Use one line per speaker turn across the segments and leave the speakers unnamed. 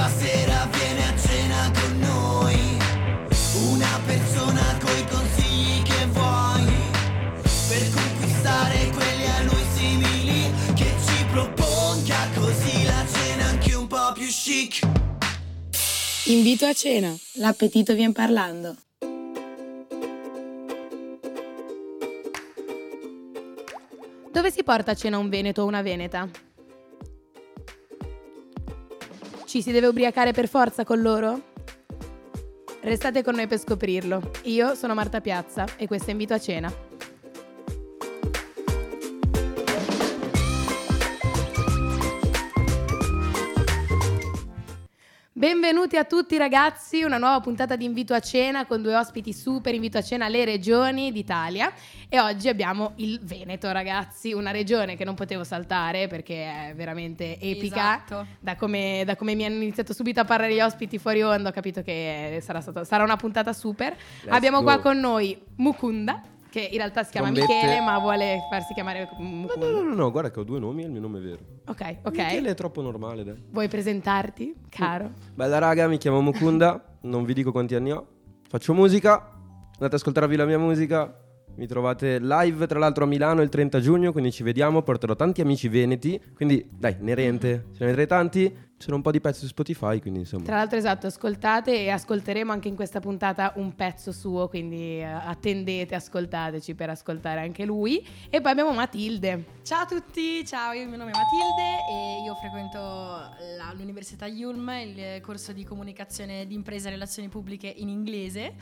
stasera viene a cena con noi, una persona coi consigli che vuoi, per conquistare quelli a lui simili, che ci proponga così la cena anche un po' più chic.
Invito a cena, l'appetito vien parlando.
Dove si porta a cena un veneto o una veneta? Ci si deve ubriacare per forza con loro? Restate con noi per scoprirlo. Io sono Marta Piazza e questo è Invito a cena. Benvenuti a tutti ragazzi, una nuova puntata di Invito a cena con due ospiti super. Invito a cena le regioni d'Italia e oggi abbiamo il Veneto ragazzi, una regione che non potevo saltare perché è veramente epica.
Esatto.
Da come mi hanno iniziato subito a parlare gli ospiti fuori onda ho capito che sarà una puntata super. Abbiamo qua con noi Mukunda, che in realtà si chiama Michele ma vuole farsi chiamare Mukunda.
No, guarda che ho due nomi e il mio nome è vero.
Ok.
Michele è troppo normale, dai.
Vuoi presentarti, caro?
Bella raga, mi chiamo Mukunda, non vi dico quanti anni ho. Faccio musica, andate ad ascoltarvi la mia musica. Mi trovate live tra l'altro a Milano il 30 giugno, quindi ci vediamo, porterò tanti amici veneti, quindi dai, inerente, ce ne vedrete tanti. Ci sono un po' di pezzi su Spotify, quindi insomma.
Tra l'altro esatto, ascoltate e ascolteremo anche in questa puntata un pezzo suo, quindi attendete, ascoltateci per ascoltare anche lui. E poi abbiamo Matilde.
Ciao a tutti, ciao, il mio nome è Matilde e io frequento l'Università Yulm, il corso di comunicazione di impresa e relazioni pubbliche in inglese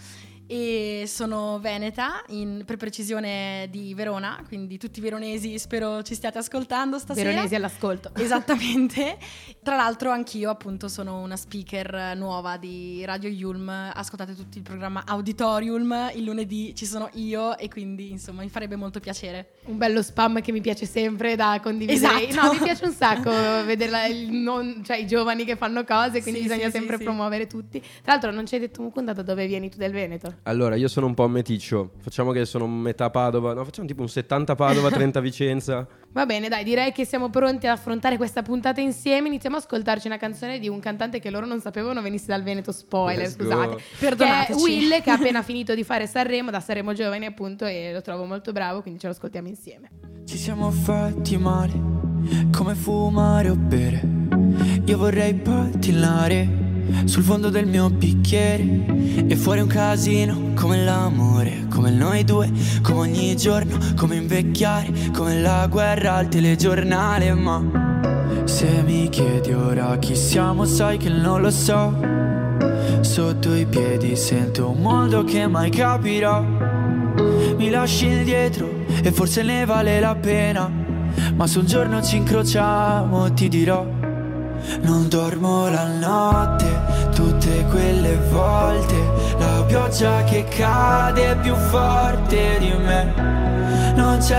e sono veneta, per precisione di Verona, quindi tutti i veronesi spero ci stiate ascoltando stasera.
Veronesi all'ascolto.
Esattamente. Tra l'altro anch'io appunto sono una speaker nuova di Radio Yulm, ascoltate tutti il programma Auditorium, il lunedì ci sono io e quindi insomma mi farebbe molto piacere.
Un bello spam che mi piace sempre da condividere.
Esatto.
No, mi piace un sacco vedere i giovani che fanno cose, quindi
Sì,
bisogna
sì,
sempre
sì.
promuovere tutti. Tra l'altro non ci hai detto Mukunda da dove vieni tu del Veneto?
Allora, io sono un po' meticcio. Facciamo che sono metà Padova. No, facciamo tipo un 70 Padova, 30 Vicenza.
Va bene, dai, direi che siamo pronti ad affrontare questa puntata insieme. Iniziamo a ascoltarci una canzone di un cantante che loro non sapevano venisse dal Veneto, spoiler,
Let's go.
scusate.
Perdonateci.
Che è Will, che ha appena finito di fare Sanremo, da Sanremo Giovani appunto, e lo trovo molto bravo, quindi ce lo ascoltiamo insieme.
Ci siamo fatti male, come fumare o bere. Io vorrei pattinare sul fondo del mio bicchiere e fuori un casino come l'amore, come noi due, come ogni giorno, come invecchiare, come la guerra al telegiornale. Ma se mi chiedi ora chi siamo sai che non lo so. Sotto i piedi sento un mondo che mai capirò. Mi lasci indietro e forse ne vale la pena, ma se un giorno ci incrociamo ti dirò. Non dormo la notte, tutte quelle volte, la pioggia che cade è più forte di me. Non c'è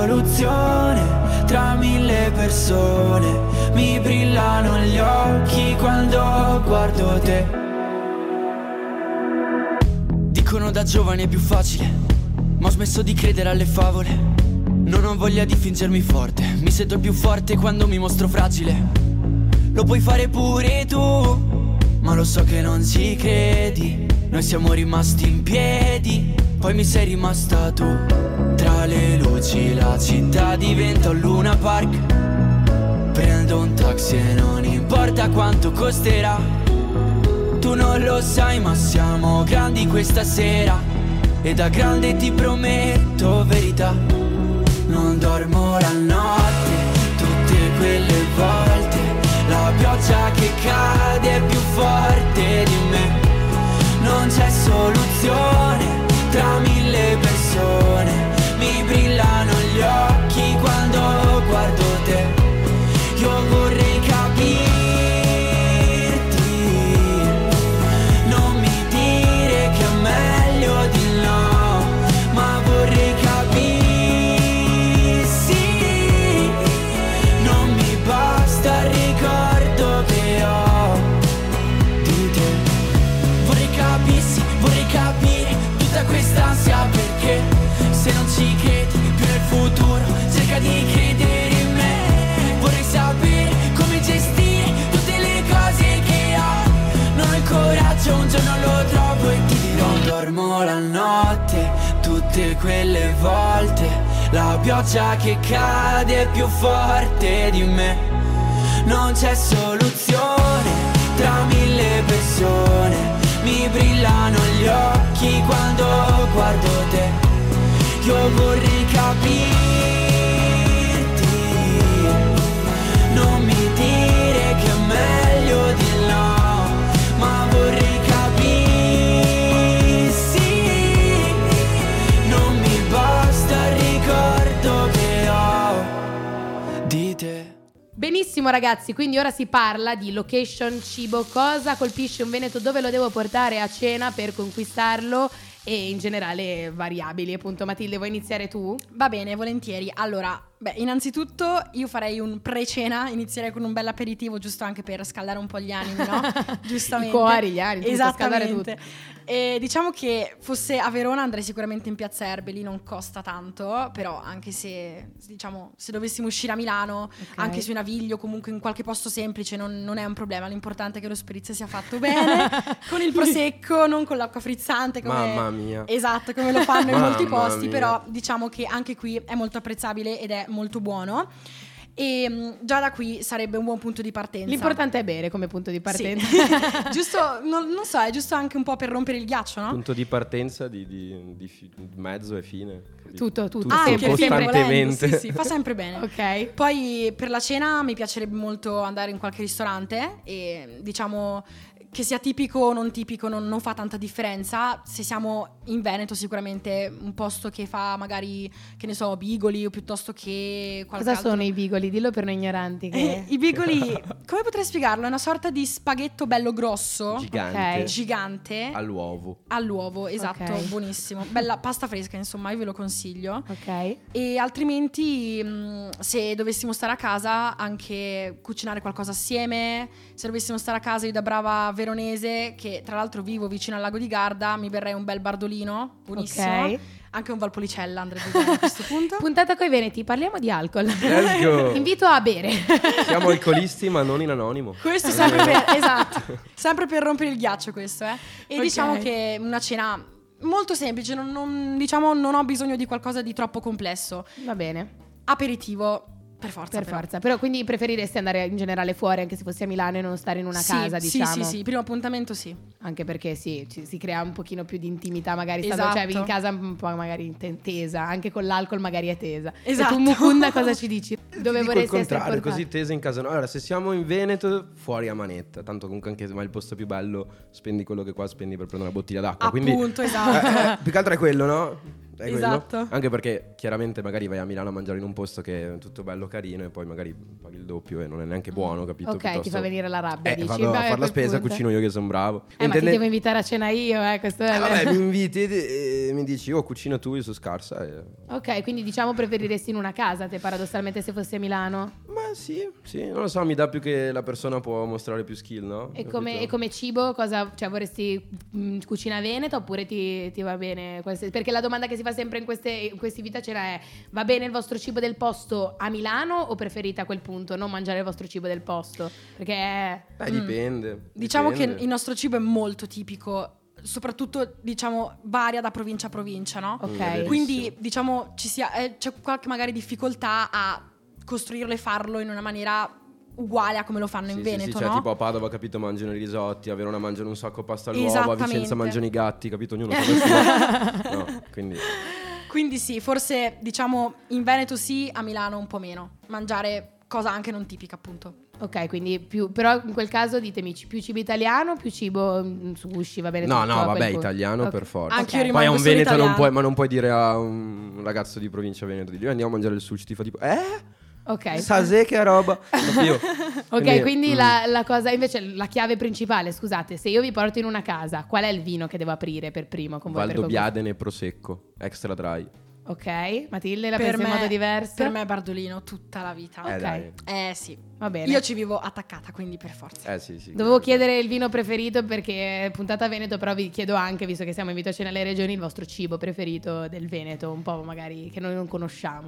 soluzione tra mille persone, mi brillano gli occhi quando guardo te. Dicono da giovane è più facile, ma ho smesso di credere alle favole. Non ho voglia di fingermi forte, mi sento il più forte quando mi mostro fragile. Lo puoi fare pure tu, ma lo so che non ci credi. Noi siamo rimasti in piedi, poi mi sei rimasta tu. Tra le luci la città diventa un Luna Park. Prendo un taxi e non importa quanto costerà. Tu non lo sai ma siamo grandi questa sera, e da grande ti prometto verità. Non dormo la notte, tutte quelle volte, la pioggia che cade è più forte di me. Non c'è soluzione tra mille persone, mi brillano gli occhi quando guardo te. Io vorrei capirti, non mi dire che è meglio di no, ma vorrei capissi. Non mi basta il ricordo che ho di tutte quelle volte la pioggia che cade è più forte di me. Non c'è soluzione tra mille persone, mi brillano gli occhi quando guardo te. Io vorrei capirti, non mi dire che è meglio di no, ma vorrei capissi, non mi basta il ricordo che ho di te.
Benissimo ragazzi, quindi ora si parla di location, cibo, cosa colpisce un veneto, dove lo devo portare a cena per conquistarlo e in generale variabili. Appunto, Matilde, vuoi iniziare tu?
Va bene, volentieri. Allora, innanzitutto io farei un pre-cena, inizierei con un bel aperitivo, giusto anche per scaldare un po' gli animi, no? Giustamente.
I cuori, gli animi,
esattamente. E diciamo che fosse a Verona andrei sicuramente in Piazza Erbeli, non costa tanto, però anche se, diciamo, se dovessimo uscire a Milano, anche sui Navigli o comunque in qualche posto semplice, non è un problema, l'importante è che lo spritz sia fatto bene, con il prosecco, non con l'acqua frizzante come...
Mamma mia.
Esatto, come lo fanno in molti posti,
mia.
però diciamo che anche qui è molto apprezzabile ed è molto buono. E già da qui sarebbe un buon punto di partenza.
L'importante è bere come punto di partenza.
Sì. Giusto, non so, è giusto anche un po' per rompere il ghiaccio, no?
Punto di partenza di mezzo e fine.
Tutto
anche
costantemente.
sì, fa sempre bene.
Ok.
Poi per la cena mi piacerebbe molto andare in qualche ristorante e diciamo che sia tipico o non tipico non fa tanta differenza. Se siamo in Veneto sicuramente un posto che fa magari, che ne so, bigoli o piuttosto che qualche
Cosa
altro.
sono i bigoli? Dillo per noi ignoranti che...
I bigoli, come potrei spiegarlo? È una sorta di spaghetto bello grosso,
Gigante.
gigante,
All'uovo,
esatto,
Ok.
buonissimo. Bella pasta fresca, insomma, io ve lo consiglio.
Ok.
E altrimenti se dovessimo stare a casa anche cucinare qualcosa assieme. Se dovessimo stare a casa io da brava veronese, che tra l'altro vivo vicino al lago di Garda, mi berrei un bel bardolino, buonissimo.
Ok.
Anche un Valpolicella andrebbe bene a questo punto.
Puntata coi veneti, parliamo di alcol.
Let's go.
Invito a bere.
Siamo alcolisti ma non in anonimo.
Questo sempre per, esatto, sempre per rompere il ghiaccio questo, E
Ok.
diciamo che una cena molto semplice, diciamo non ho bisogno di qualcosa di troppo complesso.
Va bene.
Aperitivo per forza.
Per forza. Però quindi preferiresti andare in generale fuori anche se fossi a Milano e non stare in una casa, diciamo?
Sì, primo appuntamento sì.
Anche perché sì, si crea un pochino più di intimità magari
Esatto.
cioè in casa un po' magari tesa, anche con l'alcol magari è tesa.
Esatto.
E tu Mukunda cosa ci dici? Dove
Dico il
vorresti essere
contrario,
portato?
così tesa in casa. No, allora, se siamo in Veneto, fuori a manetta. Tanto comunque anche se vai il posto più bello, spendi quello che qua spendi per prendere una bottiglia d'acqua.
Appunto,
Quindi,
esatto.
più che altro è quello, no? È quello.
Esatto.
Anche perché chiaramente magari vai a Milano a mangiare in un posto che è tutto bello carino e poi magari paghi il doppio e non è neanche buono, capito?
Ok,
Piuttosto...
ti fa venire la rabbia, dici?
Vado a
Vabbè,
fare la
quel
spesa,
punto.
cucino io che sono bravo.
Ma ti devo invitare a cena io, questo è...
Vabbè, mi inviti e mi dici, cucino tu, io sono scarsa.
Ok, quindi diciamo preferiresti in una casa te paradossalmente se fossi a Milano?
Ma sì, non lo so, mi dà più che la persona può mostrare più skill, no?
E
Capito?
come cibo cosa, cioè vorresti cucina veneta oppure ti va bene perché la domanda che si fa sempre in questi Vita Cena è: va bene il vostro cibo del posto a Milano o preferite a quel punto non mangiare il vostro cibo del posto? Perché
Dipende.
Diciamo
dipende.
che il nostro cibo è molto tipico, soprattutto diciamo varia da provincia a provincia, no?
ok.
verissimo.
Quindi diciamo c'è qualche magari difficoltà a costruirlo e farlo in una maniera uguale a come lo fanno in Veneto,
cioè
no?
tipo a Padova, capito, mangiano i risotti, a Verona mangiano un sacco pasta all'uovo, a
Esattamente.
Vicenza mangiano i gatti, capito? Ognuno fa no,
Quindi sì, forse diciamo in Veneto sì, a Milano un po' meno. Mangiare cosa anche non tipica, appunto.
Ok, quindi però in quel caso ditemi più cibo italiano, più cibo sushi, va bene?
No,
tutto
no,
a quel
vabbè,
punto.
italiano
Ok.
per forza.
Anche io
Ok.
Poi a
rimango
un
solo
Veneto
italiano.
non puoi dire a un ragazzo di provincia veneto di andiamo a mangiare il sushi, ti fa tipo
Ok.
Sasè che roba. Io.
Ok, quindi la cosa, invece la chiave principale, scusate, se io vi porto in una casa, qual è il vino che devo aprire per primo con voi?
Valdobbiadene Prosecco, extra dry.
Ok, Matilde la pensa in modo diverso?
Per me è Bardolino tutta la vita.
Ok.
Dai.
Sì.
Va bene.
Io ci vivo attaccata, quindi per forza.
Sì.
Dovevo chiedere il vino preferito perché è puntata Veneto, però vi chiedo anche, visto che siamo in Vita Cena alle Regioni, il vostro cibo preferito del Veneto, un po' magari che noi non conosciamo.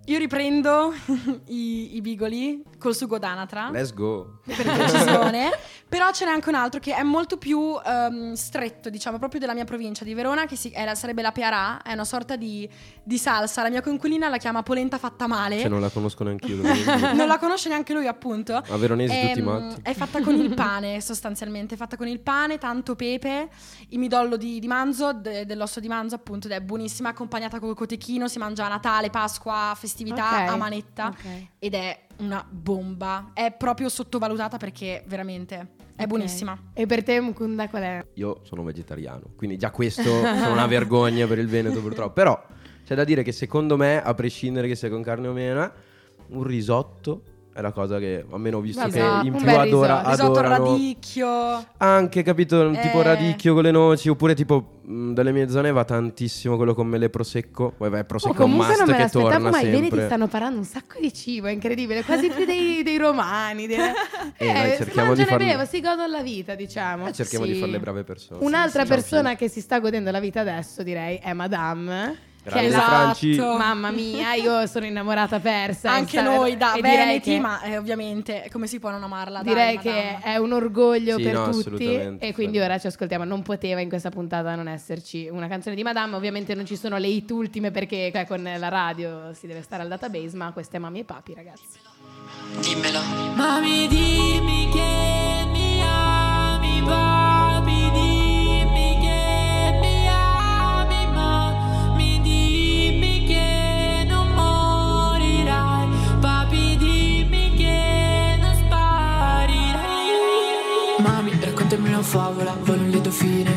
Io riprendo i bigoli col sugo d'anatra.
Let's go.
Per precisione. Però ce n'è anche un altro che è molto più stretto, diciamo, proprio della mia provincia di Verona, che sarebbe la pearà. È una sorta di salsa. La mia coinquilina la chiama polenta fatta male.
Cioè non la conosco neanche io.
Non la conosce neanche lui, appunto.
A veronesi tutti matti.
È fatta con il pane, sostanzialmente. È fatta con il pane, tanto pepe, il midollo di manzo, dell'osso di manzo, appunto, ed è buonissima, accompagnata col cotechino. Si mangia a Natale, Pasqua, festività, a manetta. Ed è una bomba. È proprio sottovalutata perché veramente è buonissima.
E per te, Mukunda, qual è?
Io sono vegetariano, quindi già questo sono una vergogna per il Veneto, purtroppo. Però c'è da dire che secondo me, a prescindere che sia con carne o meno, un risotto è la cosa che almeno ho visto che in più adorano.
Risotto al radicchio.
Anche, capito, tipo radicchio con le noci. Oppure tipo dalle mie zone va tantissimo quello con mele prosecco. Poi vai, prosecco è un must che torna
ma
sempre.
i veneti stanno parlando un sacco di cibo, è incredibile. Quasi più dei romani.
Noi cerchiamo di farle...
si godono la vita, diciamo.
Cerchiamo di fare le brave persone.
Un'altra persona che si sta godendo la vita adesso, direi, è Madame.
Grande Franci.
Mamma mia, io sono innamorata persa.
Anche noi da Veneti, ma ovviamente come si può non amarla?
Direi che è un orgoglio per tutti.
Assolutamente.
E quindi ora ci ascoltiamo. Non poteva in questa puntata non esserci una canzone di Madame. Ovviamente non ci sono le hit ultime perché con la radio si deve stare al database. Ma questa è Mami e Papi, ragazzi.
Dimmelo.
Mami, dimmi che mi ami, papi, dimmi che mi ami, mami, dimmi che non morirai, papi, dimmi che non sparirai. Mami, raccontami una favola, voglio un lieto fine.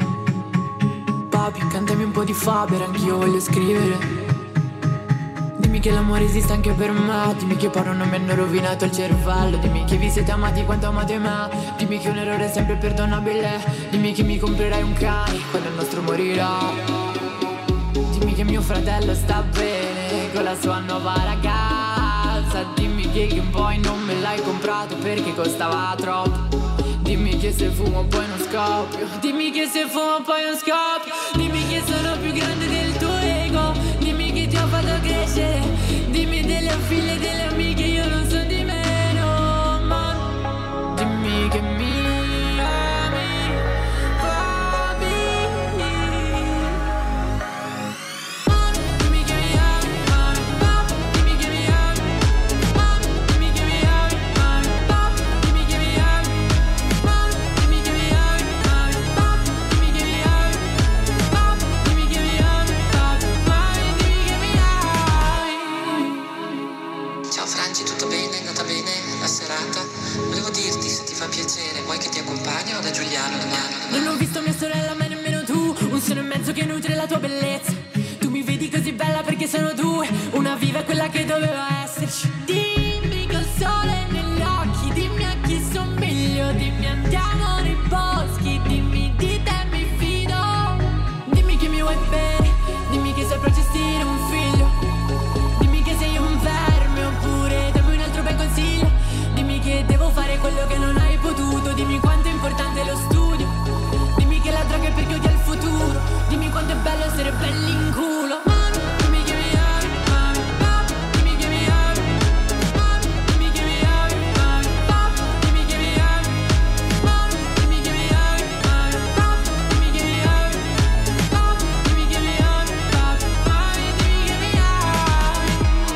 Papi, cantami un po' di Faber, anch'io voglio scrivere. Dimmi che l'amore esiste anche per me. Dimmi che poi non mi hanno rovinato il cervello. Dimmi che vi siete amati quanto amate me. Dimmi che un errore è sempre perdonabile. Dimmi che mi comprerai un cane quando il nostro morirà. Dimmi che mio fratello sta bene con la sua nuova ragazza. Dimmi che poi non me l'hai comprato perché costava troppo. Dimmi che se fumo poi non scoppio. Dimmi che se fumo poi non scoppio. Dimmi che sono più grande del tuo ego. Dimmi che ti ho fatto crescere. Dimmi delle figlie e delle amiche, io non so di meno. Ma dimmi che mi ami, papi. Dimmi che mi ami, papi. Dimmi che mi ami, papi. Dimmi che mi ami, papi. Dimmi che mi ami, papi. Dimmi che mi ami, papi. Dimmi che mi ami, papi. Dimmi che mi ami, papi. Dimmi che mi ami.
Ciao Franci, tutto bene? È andata bene la serata? Volevo dirti, se ti fa piacere, vuoi che ti accompagni o da Giuliano la mano?
Non ho visto mia sorella ma nemmeno tu. Un seno e mezzo che nutre la tua bellezza. Tu mi vedi così bella perché sono due. Una viva è quella che doveva esserci. Dimmi che ho sole negli occhi. Dimmi a chi somiglio. Dimmi andiamo nei boschi. Dimmi di te mi fido. Dimmi che mi vuoi bene. Dimmi che saprai gestire un figlio. Dimmi che sei un verme oppure dammi un altro bel consiglio. Dimmi che devo fare quello che non hai potuto. Dimmi quanto è importante lo studio. Dimmi che la droga è perché odia il futuro. Dimmi quanto è bello essere belli in culo. Mami, dimmi che mi ami, mami, papi. Dimmi che mi ami, mami. Dimmi che mi ami, mami, papi. Dimmi che mi ami, mami. Dimmi che mi ami, mami, papi. Dimmi che mi ami, papi. Dimmi che mi ami, papi. Mami, dimmi che mi ami.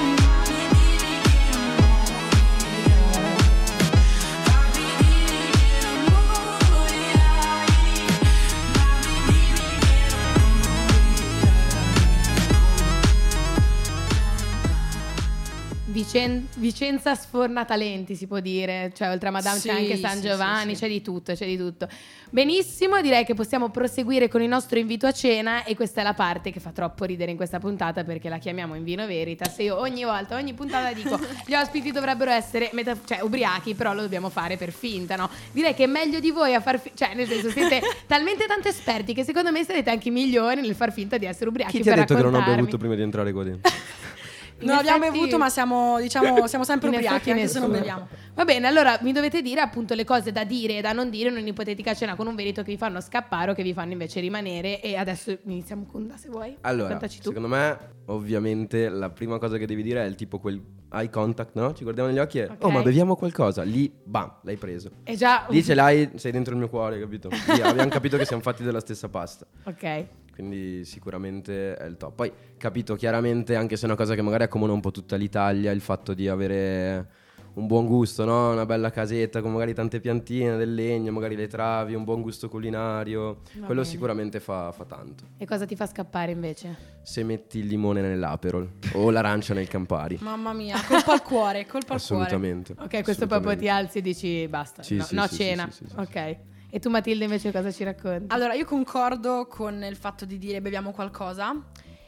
Vicenza sforna talenti, si può dire, cioè oltre a Madame
Sì,
c'è anche San
sì,
Giovanni,
sì.
c'è di tutto. Benissimo, direi che possiamo proseguire con il nostro invito a cena e questa è la parte che fa troppo ridere in questa puntata perché la chiamiamo in Vino Veritas e io ogni volta, ogni puntata dico gli ospiti dovrebbero essere ubriachi, però lo dobbiamo fare per finta, no? Direi che è meglio di voi a far cioè nel senso siete talmente tanto esperti che secondo me sarete anche migliori nel far finta di essere ubriachi.
Chi ti ha
per
detto che non ho
raccontarmi.
bevuto prima di entrare qua dentro?
Non abbiamo
effetti-
bevuto, ma siamo sempre
In
ubriachi,
effetti
anche se non
nessuno.
beviamo.
Va bene, allora mi dovete dire appunto le cose da dire e da non dire in un'ipotetica cena con un Veneto che vi fanno scappare o che vi fanno invece rimanere. E adesso iniziamo con Da, se vuoi.
Allora,
Raccontaci tu.
secondo me, ovviamente, la prima cosa che devi dire è il tipo quel eye contact, no? Ci guardiamo negli occhi e
Ok.
oh, ma beviamo qualcosa. Lì, bam, l'hai preso.
È già
Lì ce l'hai, sei dentro il mio cuore, capito? Lì abbiamo capito che siamo fatti della stessa pasta.
Ok.
Quindi sicuramente è il top. Poi capito chiaramente, anche se è una cosa che magari accomuna un po' tutta l'Italia, il fatto di avere un buon gusto, no? Una bella casetta con magari tante piantine, del legno, magari le travi, un buon gusto culinario.
Va
Quello
bene.
sicuramente fa tanto.
E cosa ti fa scappare invece?
Se metti il limone nell'Aperol o l'arancia nel Campari.
Mamma mia, colpa al cuore, colpa al cuore.
Assolutamente.
Ok, questo proprio ti alzi e dici basta.
Sì,
no,
sì,
no,
sì,
cena.
sì, sì, sì,
Ok. E tu Matilde invece cosa ci racconti?
Allora, io concordo con il fatto di dire beviamo qualcosa.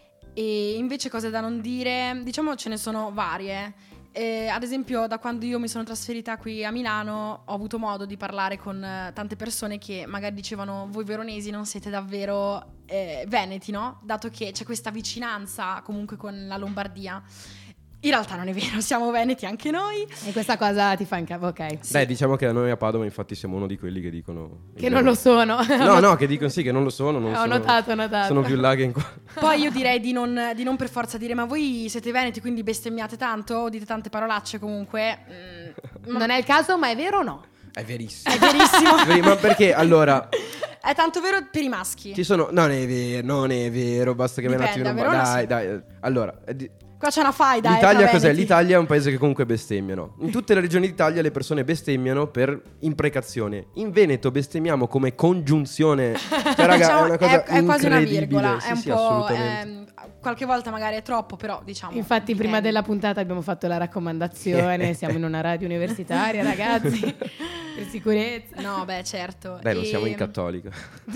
E invece cose da non dire, diciamo ce ne sono varie. Ad esempio, da quando io mi sono trasferita qui a Milano ho avuto modo di parlare con tante persone che magari dicevano voi veronesi non siete davvero veneti, no? Dato che c'è questa vicinanza comunque con la Lombardia. In realtà non è vero, siamo veneti anche noi.
E questa cosa ti fa incapo, ok.
Dai, diciamo che noi a Padova infatti siamo uno di quelli che dicono...
Che non lo sono.
No, che dicono sì, che non lo sono. Non
Ho
sono,
notato.
Sono più là che in qua.
Poi io direi di non per forza dire ma voi siete veneti quindi bestemmiate tanto o dite tante parolacce comunque.
Non è il caso, ma è vero o no?
È verissimo.
È verissimo.
Ma perché allora...
È tanto vero per i maschi.
Ci sono... Non è vero, basta che me un
Dipende,
attimo...
a Verona
Dai. Allora...
Qua c'è una faida.
L'Italia
tra
cos'è?
veneti.
L'Italia è un paese che comunque bestemmiano. In tutte le regioni d'Italia le persone bestemmiano per imprecazione. In Veneto bestemmiamo come congiunzione. Cioè, raga,
Diciamo,
è una cosa
è quasi una
incredibile.
virgola.
Sì,
È un
sì,
po'.
assolutamente.
Qualche volta magari è troppo, però diciamo.
Infatti prima
dipende.
della puntata abbiamo fatto la raccomandazione, siamo in una radio universitaria ragazzi, per sicurezza.
No, beh, certo.
Dai, non siamo in
E-
cattolica.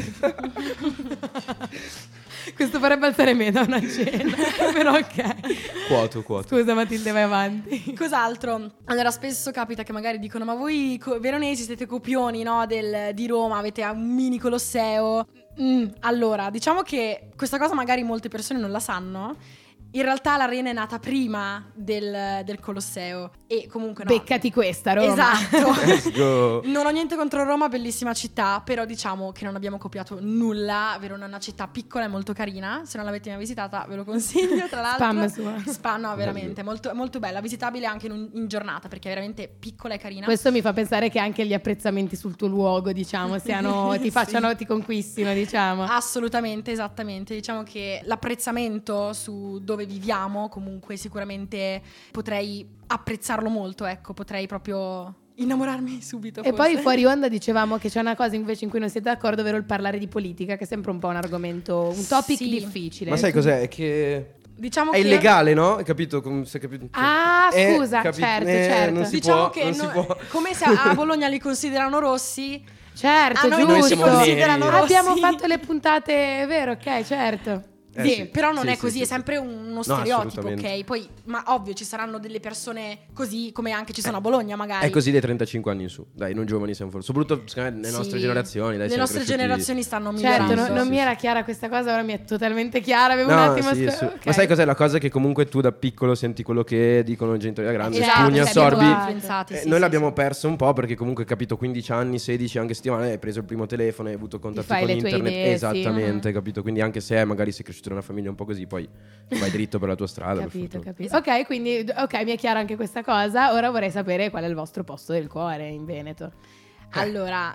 Questo farebbe alzare me da una cena, però ok.
Quoto.
Scusa Matilde, vai avanti.
Cos'altro? Allora, spesso capita che magari dicono: ma voi veronesi siete copioni, no? Di Roma, avete un mini Colosseo. Allora, diciamo che questa cosa magari molte persone non la sanno. In realtà l'arena è nata prima del Colosseo. E comunque no.
Beccati questa, Roma.
Esatto.
Let's go.
Non ho niente contro Roma, bellissima città, però diciamo che non abbiamo copiato nulla. Verona è una città piccola e molto carina. Se non l'avete mai visitata, ve lo consiglio. Tra l'altro,
Spam sua.
Spam, no, veramente molto, molto bella, visitabile anche in giornata perché è veramente piccola e carina.
Questo mi fa pensare che anche gli apprezzamenti sul tuo luogo, diciamo, siano, ti facciano, ti conquistino, diciamo.
Assolutamente, esattamente. Diciamo che l'apprezzamento su dove viviamo, comunque sicuramente potrei apprezzarlo molto, ecco, potrei proprio innamorarmi subito.
E
forse.
poi fuori onda dicevamo che c'è una cosa invece in cui non siete d'accordo, ovvero il parlare di politica, che è sempre un po' un argomento, un topic
Sì.
difficile.
Ma sai cos'è? È che
Diciamo
è
che
illegale, no? Hai capito? Se capito?
Ah, scusa, certo, certo.
Non si
diciamo
può,
che
non si può.
come se a Bologna li considerano rossi.
Certo,
A noi
giusto.
non si considerano
neri.
rossi.
Abbiamo fatto le puntate, è vero, ok, certo.
Sì, però non
sì,
è
sì,
così,
sì,
è
sì.
sempre uno stereotipo,
assolutamente.
ok? Poi, ma ovvio, ci saranno delle persone così, come anche ci sono a Bologna, magari.
È così dai 35 anni in su. Dai, non giovani siamo forse. Soprattutto secondo me, nelle
Sì.
nostre generazioni. Dai,
Le
siamo
nostre
cresciuti-
generazioni stanno migliorando.
Certo,
Sì,
non
sì,
mi
sì.
era chiara questa cosa, ora mi è totalmente chiara. Avevo
No,
un attimo
sì,
ok.
Ma sai cos'è la cosa? Che comunque tu da piccolo senti quello che dicono i genitori da grande,
Esatto,
spugni,
siamo
assorbi.
influenzati, sì,
Noi
sì,
l'abbiamo
sì.
perso un po' perché comunque capito 15 anni, 16 anche settimane hai preso il primo telefono, hai avuto contatti
fai
con
le tue
internet.
idee, sì.
Esattamente, capito? Quindi anche se magari sei cresciuto in una famiglia un po' così, poi vai dritto per la tua strada. per
Capito,
fortuna.
capito. Ok, quindi mi è chiara anche questa cosa. Ora vorrei sapere qual è il vostro posto del cuore in Veneto.
Allora,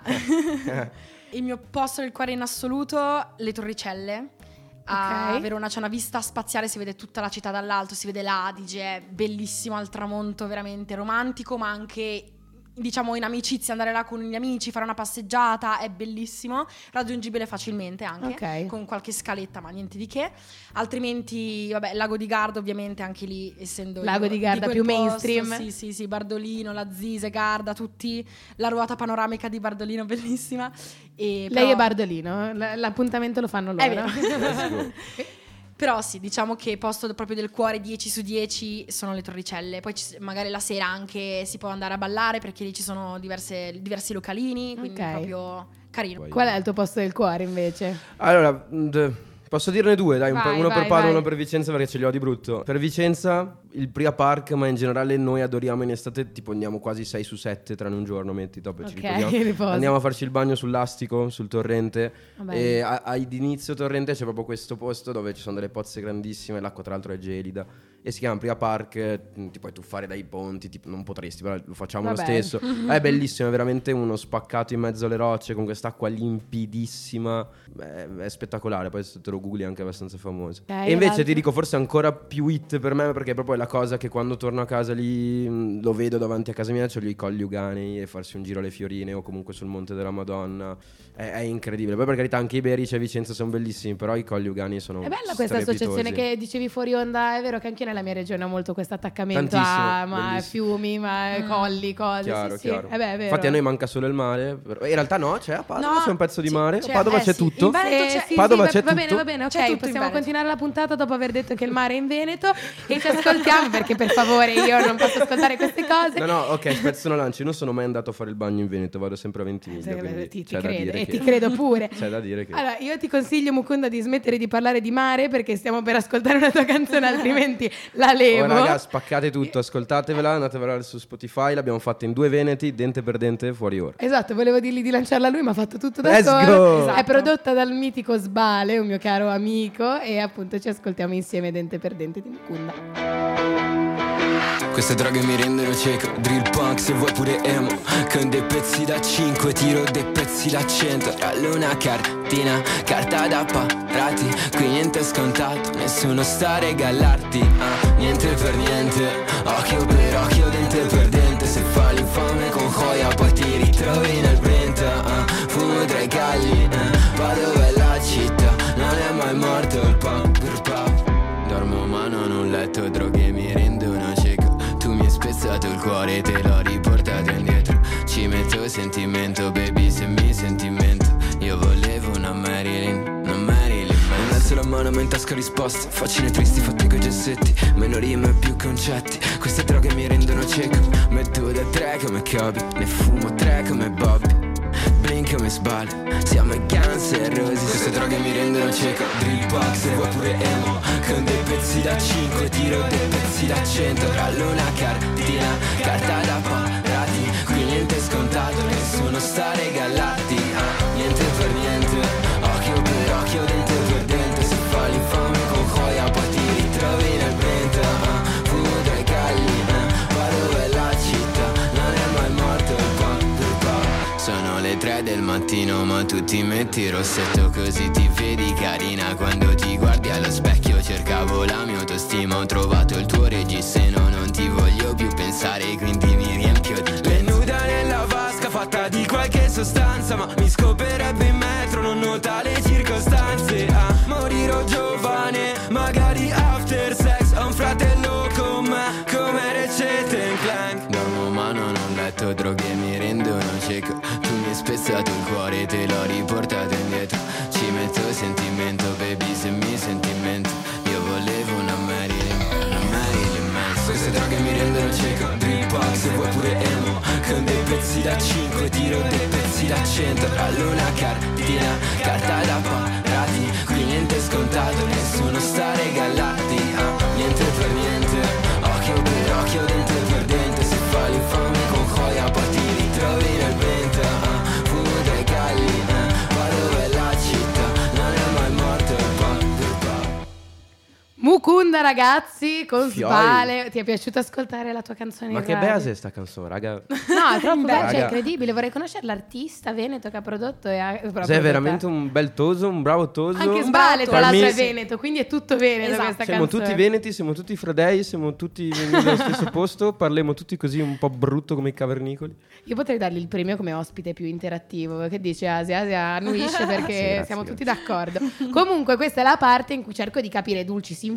il mio posto del cuore in assoluto, le Torricelle. A
Ok.
Verona c'è una vista spaziale, si vede tutta la città dall'alto, si vede l'Adige, è bellissimo al tramonto, veramente romantico, ma anche diciamo in amicizia, andare là con gli amici, fare una passeggiata, è bellissimo, raggiungibile facilmente anche,
Ok.
con qualche scaletta, ma niente di che. Altrimenti, vabbè, Lago di Garda ovviamente anche lì, essendo
Lago
io
di Garda
quel
più
posto,
mainstream.
sì, Bardolino, la Zise, Garda, tutti, la ruota panoramica di Bardolino, bellissima. E
Lei
però-
è Bardolino, l'appuntamento lo fanno
È
loro.
vero. Però sì, diciamo che posto proprio del cuore 10 su 10 sono le Torricelle. Poi magari la sera anche si può andare a ballare perché lì ci sono diversi localini, quindi
Ok.
proprio carino.
Poi-
Qual è il tuo posto del cuore invece?
Allora, Posso dirne due, dai,
Vai,
uno
vai,
per Padova e
vai.
uno per Vicenza perché ce li ho di brutto. Per Vicenza il Pria Park, ma in generale noi adoriamo in estate, tipo andiamo quasi 6 su 7 tranne un giorno, metti, dopo ci
Ok,
riposiamo.
riposo.
Andiamo a farci il bagno sull'astico, sul torrente.
Vabbè.
E ad inizio torrente c'è proprio questo posto dove ci sono delle pozze grandissime, l'acqua tra l'altro è gelida e si chiama Pria Park, ti puoi tuffare dai ponti, tipo, non potresti, però lo facciamo
Vabbè.
lo stesso. È bellissimo, è veramente uno spaccato in mezzo alle rocce con quest'acqua limpidissima. È spettacolare, poi se te lo googli è anche abbastanza famoso.
Ok,
E invece
l'altro?
ti dico forse ancora più hit per me, perché è proprio la cosa che quando torno a casa lì lo vedo davanti a casa mia, c'ho lì i Colli Euganei e farsi un giro alle Fiorine o comunque sul Monte della Madonna. È incredibile. Poi per carità anche i Berici e Vicenza sono bellissimi, però i Colli Euganei sono
È bella questa associazione che dicevi fuori onda, è vero che anche io nella mia regione ho molto questo attaccamento a
Tantissimo, bellissimo.
fiumi, colli, cose.
Chiaro,
sì,
chiaro.
Sì. È vero.
Infatti a noi manca solo il mare. In realtà no, c'è a Padova, c'è un pezzo di mare.
c'è,
A Padova c'è
sì.
tutto.
In Veneto c'è-
Sì,
Padova
sì,
c'è
va
tutto.
bene, va bene,
C'è
ok,
tutto in
possiamo
Veneto.
continuare la puntata dopo aver detto che il mare è in Veneto e ci ascoltiamo perché per favore io non posso ascoltare queste cose.
No, ok, spezzo una lancia. Io non sono mai andato a fare il bagno in Veneto, vado sempre a Ventimiglia. quindi
Ti
c'è da
credo
dire
e
che-
ti credo pure.
C'è da dire che...
Allora, io ti consiglio, Mukunda, di smettere di parlare di mare perché stiamo per ascoltare una tua canzone, altrimenti la levo.
Oh, raga, spaccate tutto, ascoltatevela, andatevela su Spotify. L'abbiamo fatta in 2 veneti, dente per dente, fuori ora.
Esatto, volevo dirgli di lanciarla a lui, ma ha fatto tutto da
Let's
solo.
go!
È
Esatto.
prodotta dal mitico Sbale, un mio caro amico, e appunto ci ascoltiamo insieme dente per dente di Mukunda.
Queste droghe mi rendono cieco, drill punk se vuoi pure emo. Con dei pezzi da 5, tiro dei pezzi da 100. Rallo una cartina, carta da parati. Qui niente è scontato, nessuno sta a regalarti. Niente per niente, occhio per occhio, dente per dente. Se fa l'infame con joia poi ti ritrovi nel Brenta. Fumo tra i cagli, vado bella città. Non è mai morto il punk per pop. Dormo ma non ho un letto, droghe mi rendono cieco. Tu mi hai spezzato il cuore e te l'ho riportato indietro. Ci metto sentimento, baby, se mi sentimento. Io volevo una Marilyn Manson. Alzo la mano ma in tasca risposte. Faccine tristi fatte coi gessetti. Meno rime più concetti. Queste droghe mi rendono cieco. Metto da 3 come Kobe. Ne fumo 3 come Bobby. Blink come Sbale. Siamo i Guns N' Roses. Queste droghe mi rendono cieco. Drill box se vuoi pure emo. Con dei pezzi da 5, tiro dei pezzi da 100. Rallo una cartina, carta da parati. Qui niente è scontato, nessuno sta a regalarti. Niente per niente, occhio per occhio, dente per dente. Se fa l'infame con joia poi ti ritrovi nel Brenta. Fumo tra i cagli, vado bella città. Non è mai morto il punk del pop. Sono le 3 del mattino ma tu ti metti il rossetto così ti vedi carina. Quando ti guardi allo specchio cercavo la mia autostima. Ho trovato il tuo regista e non ti voglio più pensare, quindi mi riempio di le nuda nella vasca fatta di qualche sostanza. Ma mi scoperebbe in metro, non nota le circostanze. Morirò giovane, magari after sex. Ho un fratello con me, come Ratchet & Clank. Dormo ma non ho letto, droghe mi rendono cieco. Tu mi hai spezzato il cuore e te l'ho riportato indietro. Ci metto sentimento, baby, se mi sentimento. Io volevo una Marilyn Manson. Queste droghe mi rendono cieco. Drill box se vuoi pure emo. Con dei pezzi da 5, tiro dei pezzi da 100. Rallo una cartina, carta da parati. Qui niente è scontato, nessuno sta a regalarti. Niente per niente, occhio per occhio, dente per dente. Se fa l'infame con joia poi ti ritrovi nel Brenta. Fumo tra i cagli, vado bella città. Non è mai morto il punk del pop.
Mukunda, ragazzi, con
Fioi.
Sbale. Ti è piaciuto ascoltare la tua canzone?
Ma
in
che
radio?
base è sta canzone, raga.
No, è troppo bella, cioè,
Raga.
incredibile. Vorrei conoscere l'artista veneto che ha prodotto e ha proprio
Sei veramente un bel toso, un bravo toso.
Anche Sbale, tra
Per
l'altro,
me-
è veneto, quindi è tutto veneto
Esatto.
questa
Siamo
canzone.
tutti veneti, siamo tutti fradei, siamo tutti nello stesso posto, parliamo tutti così un po' brutto come i cavernicoli.
Io potrei dargli il premio come ospite più interattivo. Che dice Asia? Asia annuisce perché
Sì, grazie,
siamo
grazie.
tutti d'accordo. Comunque questa è la parte in cui cerco di capire Dulcis in fondo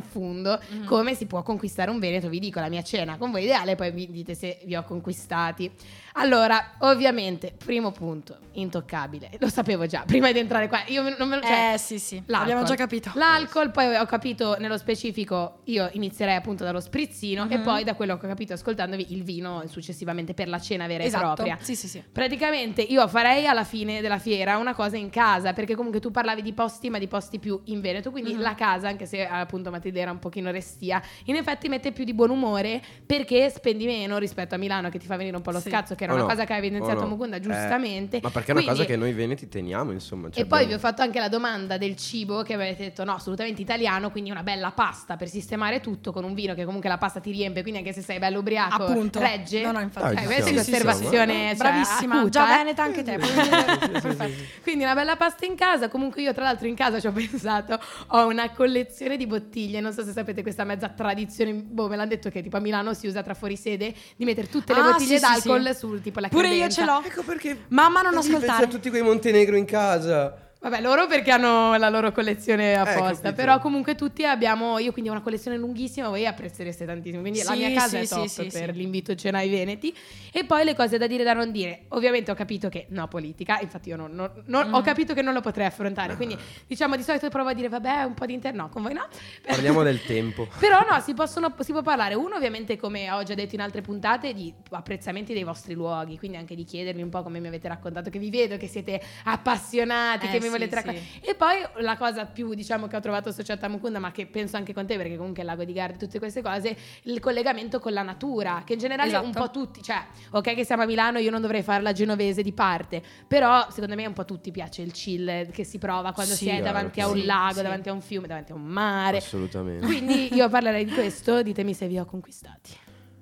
spiegando come si può conquistare un Veneto. Vi dico la mia cena con voi ideale, poi vi dite se vi ho conquistati. Allora, ovviamente, primo punto, intoccabile. Lo sapevo già, prima di entrare qua. Io non me lo...
sì,
l'alcol.
abbiamo già capito.
L'alcol, poi ho capito nello specifico, io inizierei appunto dallo sprizzino e poi da quello che ho capito ascoltandovi il vino successivamente per la cena vera e propria.
Sì.
Praticamente io farei alla fine della fiera una cosa in casa, perché comunque tu parlavi di posti, ma di posti più in Veneto, quindi la casa, anche se appunto Matilde era un pochino restia, in effetti mette più di buon umore perché spendi meno rispetto a Milano, che ti fa venire un po' lo scazzo, che era una cosa che ha evidenziato Mukunda giustamente.
Ma perché è una cosa che noi veneti teniamo, insomma.
E poi vi ho fatto anche la domanda del cibo, che avete detto no, assolutamente italiano, quindi una bella pasta per sistemare tutto con un vino che comunque la pasta ti riempie, quindi anche se sei bello ubriaco,
appunto,
regge.
No, infatti.
Questa è osservazione, cioè,
bravissima,
acuta,
già veneta anche te. Perfetto.
Quindi una bella pasta in casa. Comunque io tra l'altro in casa ci ho pensato, ho una collezione di bottiglie, non so se sapete questa mezza tradizione, me l'hanno detto che tipo a Milano si usa tra fuori sede di mettere tutte le bottiglie d'alcol sul tipo la
pure
credenza.
Io ce l'ho.
Ecco perché
mamma non ascoltare.
Tutti quei Montenegro in casa.
Vabbè, loro perché hanno la loro collezione apposta,
capito.
però comunque tutti abbiamo, io quindi ho una collezione lunghissima, voi apprezzereste tantissimo, quindi la mia casa è top per l'invito cena ai Veneti. E poi le cose da dire e da non dire, ovviamente ho capito che no politica, infatti io ho capito che non lo potrei affrontare, quindi diciamo di solito provo a dire vabbè un po' di interno, con voi no.
Parliamo del tempo.
Però no, si può parlare, uno ovviamente come ho già detto in altre puntate, di apprezzamenti dei vostri luoghi, quindi anche di chiedermi un po' come mi avete raccontato, che vi vedo, che siete appassionati, che mi volete raccontare. E poi la cosa più diciamo che ho trovato associata a Mukunda, ma che penso anche con te perché comunque il lago di Garda, tutte queste cose, il collegamento con la natura, che in generale un po' tutti, cioè ok che siamo a Milano, io non dovrei fare la genovese di parte, però secondo me un po' a tutti piace il chill che si prova quando si è davanti a un lago, davanti a un fiume, davanti a un mare.
Assolutamente.
Quindi io parlerei di questo, ditemi se vi ho conquistati.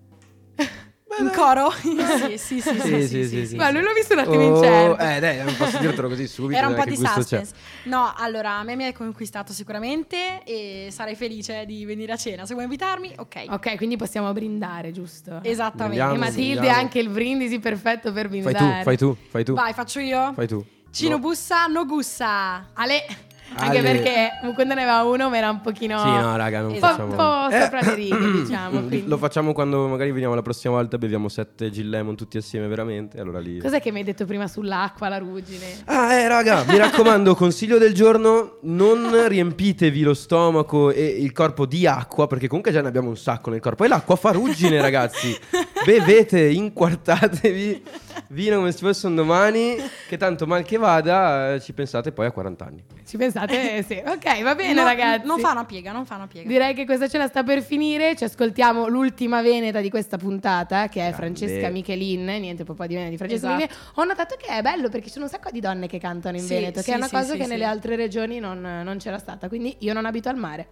In coro? Sì.
Ma lui l'ho visto un attimo incerto.
Dai, non posso dirtelo così subito.
Era un po' di suspense. No, allora, a me mi hai conquistato sicuramente e sarei felice di venire a cena. Se vuoi invitarmi, ok.
Quindi possiamo brindare, giusto?
Esattamente.
Andiamo,
E Matilde ha anche il brindisi perfetto per brindare.
Fai tu.
Vai, faccio io.
Fai tu.
Cino bussa, no gussa.
Ale. Anche perché Mukunda ne aveva uno, ma era un pochino.
Sì, no, raga, non facciamo.
Un po' sopra le righe, diciamo.
Lo facciamo quando magari veniamo la prossima volta, beviamo 7 Gin Lemon tutti assieme, veramente. Allora lì.
Cos'è che mi hai detto prima sull'acqua, la ruggine?
Raga, mi raccomando, consiglio del giorno: non riempitevi lo stomaco e il corpo di acqua, perché comunque già ne abbiamo un sacco nel corpo. E l'acqua fa ruggine, ragazzi. Bevete, inquartatevi vino come se fosse un domani, che tanto mal che vada, ci pensate poi a 40 anni.
Ci pensate? Sì. Ok, va bene, ragazzi.
Non fa una piega.
Direi che questa cena sta per finire. Ci ascoltiamo l'ultima veneta di questa puntata, che è
Grande.
Francesca Michelin. Niente, proprio di veneta di Francesca Michelin. Ho notato che è bello perché ci sono un sacco di donne che cantano in Veneto, che è una cosa che nelle altre regioni non c'era stata. Quindi io non abito al mare.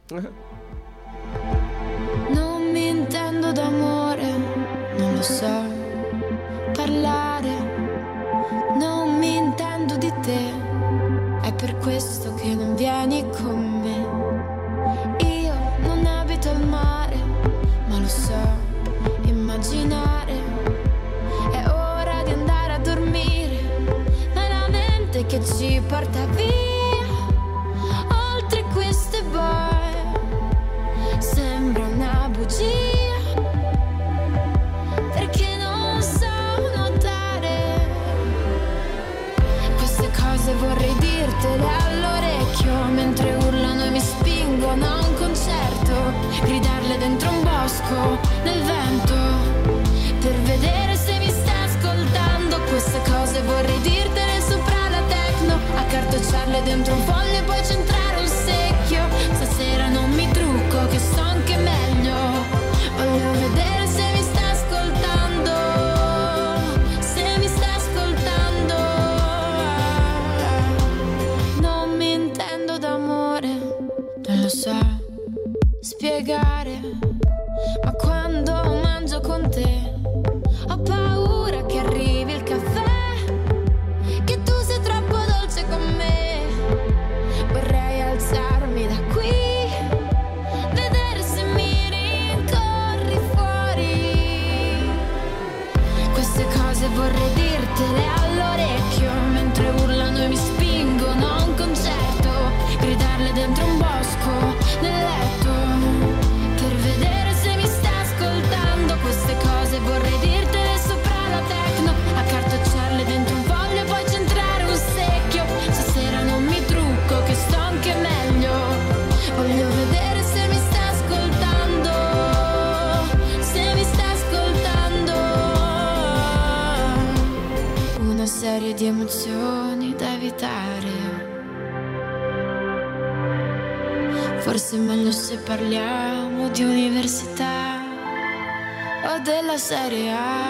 Non mi intendo d'amore, non lo so parlare, non mi intendo di te, è per questo che non vieni con me. Io non abito al mare, ma lo so immaginare, è ora di andare a dormire, ma è la mente che ci porta via, oltre queste boe, sembra una bugia. Vorrei dirtele all'orecchio mentre urlano e mi spingono a un concerto, gridarle dentro un bosco nel vento per vedere se mi stai ascoltando. Queste cose vorrei dirtele sopra la techno, accartocciarle dentro un foglio e poi centrare un secchio. Stasera non mi trucco che sto anche meglio, voglio vedere se mi stai ascoltando, se mi stai ascoltando. Non lo so spiegare, ma quando mangio con te ho paura che arrivi il caffè, che tu sei troppo dolce con me. Vorrei alzarmi da qui, vedere se mi rincorri fuori. Queste cose vorrei dirtele all'orecchio mentre urlano e mi spingono a un concerto, gridarle dentro un bosco nel letto serie di emozioni da evitare. Forse è meglio se parliamo di università o della Serie A.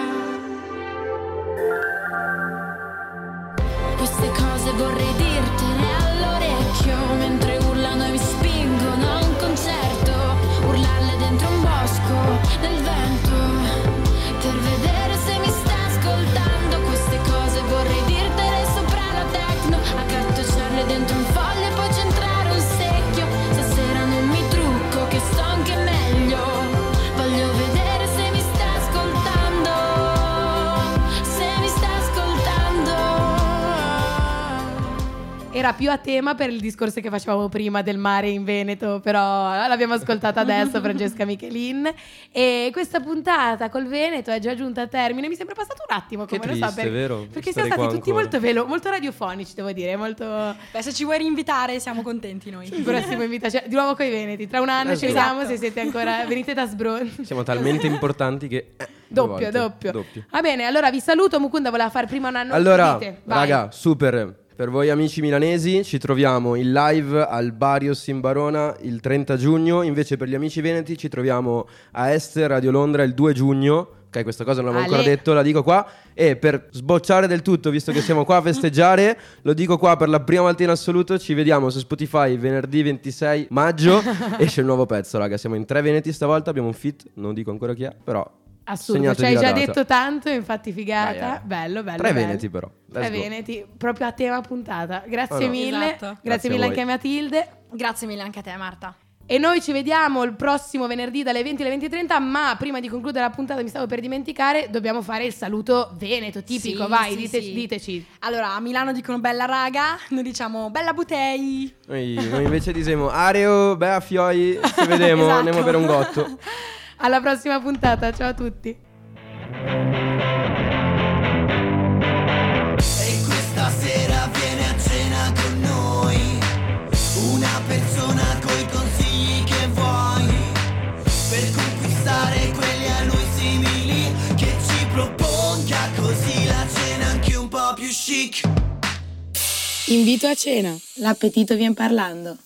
Queste cose vorrei dirtene all'orecchio mentre urlano e mi spingono a un concerto. Urlarle dentro un bosco, nel vento, per vedere se mi sta ascoltando. Queste cose vorrei dirtene sopra la techno, accartocciarle dentro un foglio e poi centrare un secchio. Stasera non mi trucco che sto anche meglio, voglio vedere se mi sta ascoltando, se mi sta ascoltando.
Era più a tema per il discorso che facevamo prima del mare in Veneto, però l'abbiamo ascoltata adesso, Francesca Michelin. E questa puntata col Veneto è già giunta a termine. Mi sembra passato un attimo, come
Che
lo
triste,
so,
vero?
perché
Stare
siamo stati
qua
tutti
ancora.
molto radiofonici, devo dire, molto...
Beh, se ci vuoi rinvitare siamo contenti noi.
Il prossimo invitato, di nuovo coi Veneti. Tra un anno ci
Esatto.
vediamo se siete ancora... Venite da Sbron.
Siamo talmente importanti che...
Doppio. Va bene, allora vi saluto. Mukunda voleva fare prima un anno.
Allora,
Dite, vai.
raga, super. Per voi amici milanesi ci troviamo in live al Barrios in Barona il 30 giugno. Invece per gli amici veneti ci troviamo a Este Radio Londra il 2 giugno. Ok, questa cosa non l'avevo ancora detto, la dico qua. E per sbocciare del tutto, visto che siamo qua a festeggiare, lo dico qua per la prima volta in assoluto, ci vediamo su Spotify venerdì 26 maggio. Esce il nuovo pezzo, raga. Siamo in 3 veneti stavolta, abbiamo un feat, non dico ancora chi è, però...
Assurdo, ci hai
segnatevi
già
la data.
detto tanto, infatti figata.
Dai,
Bello.
3
bello.
veneti però. Let's
3
go.
veneti, proprio a tema puntata. Grazie
Oh, no.
mille.
Esatto.
Grazie
a
mille
voi.
anche a Matilde.
Grazie mille anche a te, Marta.
E noi ci vediamo il prossimo venerdì dalle 20 alle 20:30. Ma prima di concludere la puntata, mi stavo per dimenticare, dobbiamo fare il saluto veneto tipico.
Sì,
Vai,
sì, sì.
diteci.
Allora, a Milano dicono bella raga, noi diciamo bella butei.
Noi invece diciamo Areo, bea fioi, ci vediamo,
Esatto.
andiamo per un gotto.
Alla prossima puntata, ciao a tutti.
E questa sera viene a cena con noi una persona coi consigli che vuoi per conquistare quelli a lui simili, che ci proponga così la cena anche un po' più chic.
Invito a cena, l'appetito vien parlando.